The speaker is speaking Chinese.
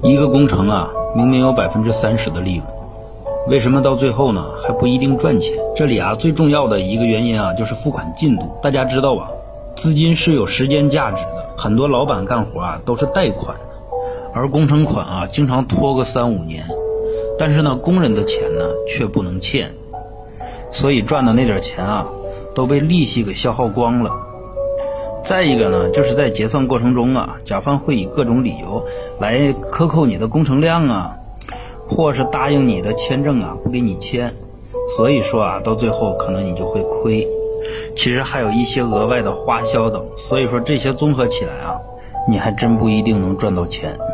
一个工程啊，明明有30%的利润，为什么到最后呢还不一定赚钱？这里啊最重要的一个原因啊就是付款进度。大家知道吧，资金是有时间价值的，很多老板干活啊都是贷款的，而工程款啊经常拖个3-5年，但是呢工人的钱呢却不能欠，所以赚的那点钱啊都被利息给消耗光了。再一个呢，就是在结算过程中啊，甲方会以各种理由来克扣你的工程量啊，或是答应你的签证啊不给你签，所以说啊到最后可能你就会亏。其实还有一些额外的花销等，所以说这些综合起来啊，你还真不一定能赚到钱。